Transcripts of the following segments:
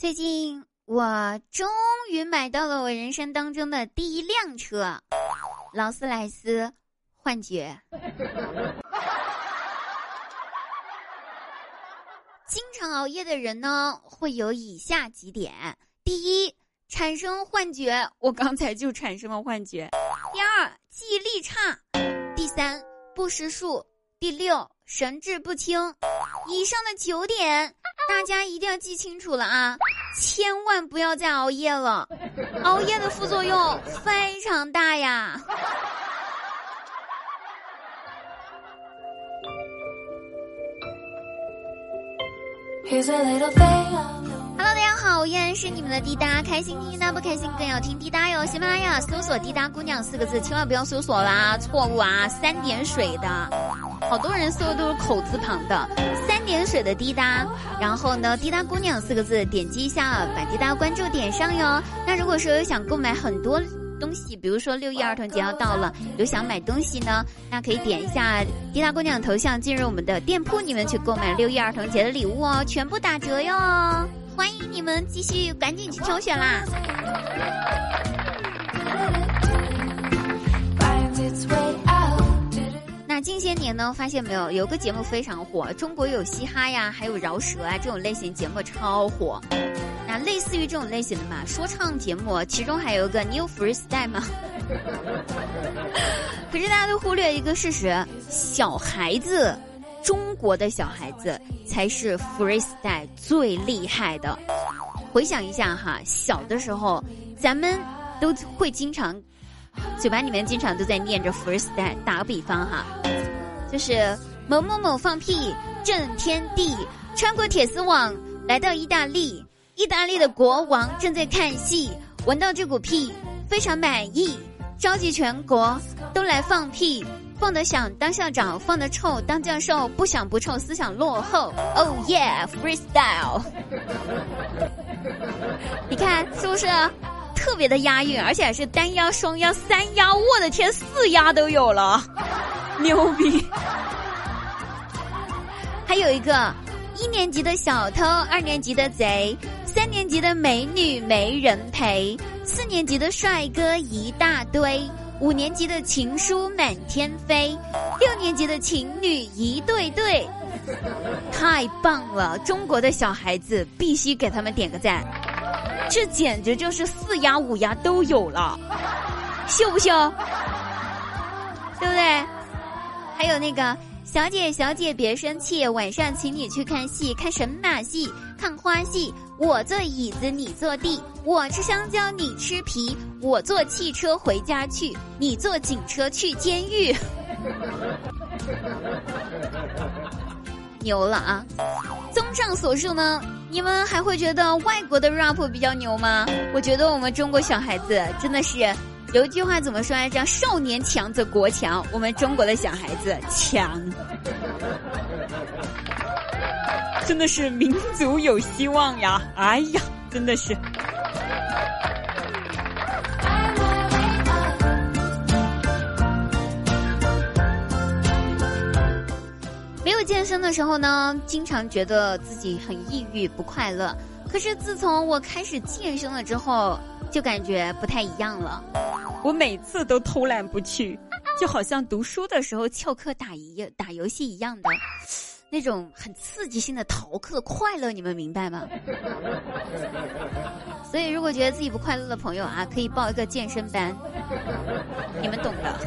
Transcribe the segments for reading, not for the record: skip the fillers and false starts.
最近我终于买到了我人生当中的第一辆车，劳斯莱斯幻觉。经常熬夜的人呢，会有以下几点：第一，产生幻觉，我刚才就产生了幻觉；第二，记忆力差；第三，不识数；第六，神志不清。以上的9点，大家一定要记清楚了啊！千万不要再熬夜了，熬夜的副作用非常大呀。Hello， 大家好，我依然是你们的滴答，开心听滴答，不开心更要听滴答哟。喜马拉雅搜索滴答姑娘4个字，千万不要搜索啦，错误啊，3点水的，好多人搜的都是口字旁的，3点水的滴答。然后呢，滴答姑娘4个字，点击一下，把滴答关注点上哟。那如果说有想购买很多东西，比如说6一儿童节要到了，有想买东西呢，那可以点一下滴答姑娘头像，进入我们的店铺，你们去购买6一儿童节的礼物哦，全部打折哟！欢迎你们继续赶紧去挑选啦！那近些年呢，发现没有，有个节目非常火，中国有嘻哈呀，还有饶舌啊，这种类型节目超火。那类似于这种类型的嘛，说唱节目，其中还有一个你有 freestyle 吗？可是大家都忽略一个事实，小孩子，中国的小孩子才是 freestyle 最厉害的。回想一下哈，小的时候咱们都会经常嘴巴里面经常都在念着 freestyle。打个比方哈，就是某某某放屁震天地，穿过铁丝网来到意大利，意大利的国王正在看戏，闻到这股屁非常满意，召集全国都来放屁，放得响当校长，放得臭当教授，不想不臭思想落后。 Oh yeah freestyle 你看是不是特别的押韵，而且还是单押双押3押，我的天，4押都有了，牛逼。还有一个1年级的小偷，2年级的贼，3年级的美女没人陪，4年级的帅哥一大堆，5年级的情书满天飞，6年级的情侣一对对。太棒了，中国的小孩子必须给他们点个赞，这简直就是4押5押都有了，秀不秀？对不对？还有那个小姐小姐别生气，晚上请你去看戏，看神马戏，看花戏，我坐椅子你坐地，我吃香蕉你吃皮，我坐汽车回家去，你坐警车去监狱。牛了啊！综上所述呢，你们还会觉得外国的 rap 比较牛吗？我觉得我们中国小孩子真的是，有一句话怎么说来着？少年强则国强，我们中国的小孩子强，真的是民族有希望呀！哎呀，真的是。没有健身的时候呢，经常觉得自己很抑郁不快乐，可是自从我开始健身了之后，就感觉不太一样了。我每次都偷懒不去，就好像读书的时候翘课打游戏一样的，那种很刺激性的逃课的快乐，你们明白吗？所以如果觉得自己不快乐的朋友啊，可以报一个健身班，你们懂的。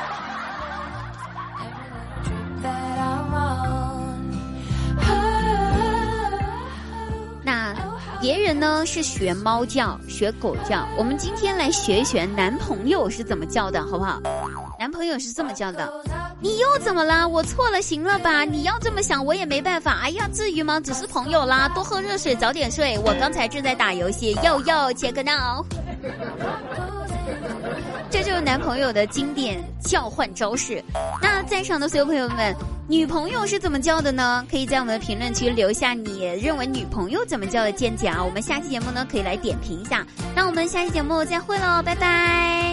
那别人呢是学猫叫学狗叫，我们今天来学一学男朋友是怎么叫的好不好？男朋友是这么叫的：你又怎么了？我错了行了吧？你要这么想我也没办法。哎呀，至于吗？只是朋友啦，多喝热水早点睡，我刚才正在打游戏，又切个闹。这就是男朋友的经典叫唤招式。那在场的所有朋友们，女朋友是怎么叫的呢？可以在我们的评论区留下你认为女朋友怎么叫的见解啊！我们下期节目呢可以来点评一下。那我们下期节目再会喽，拜拜。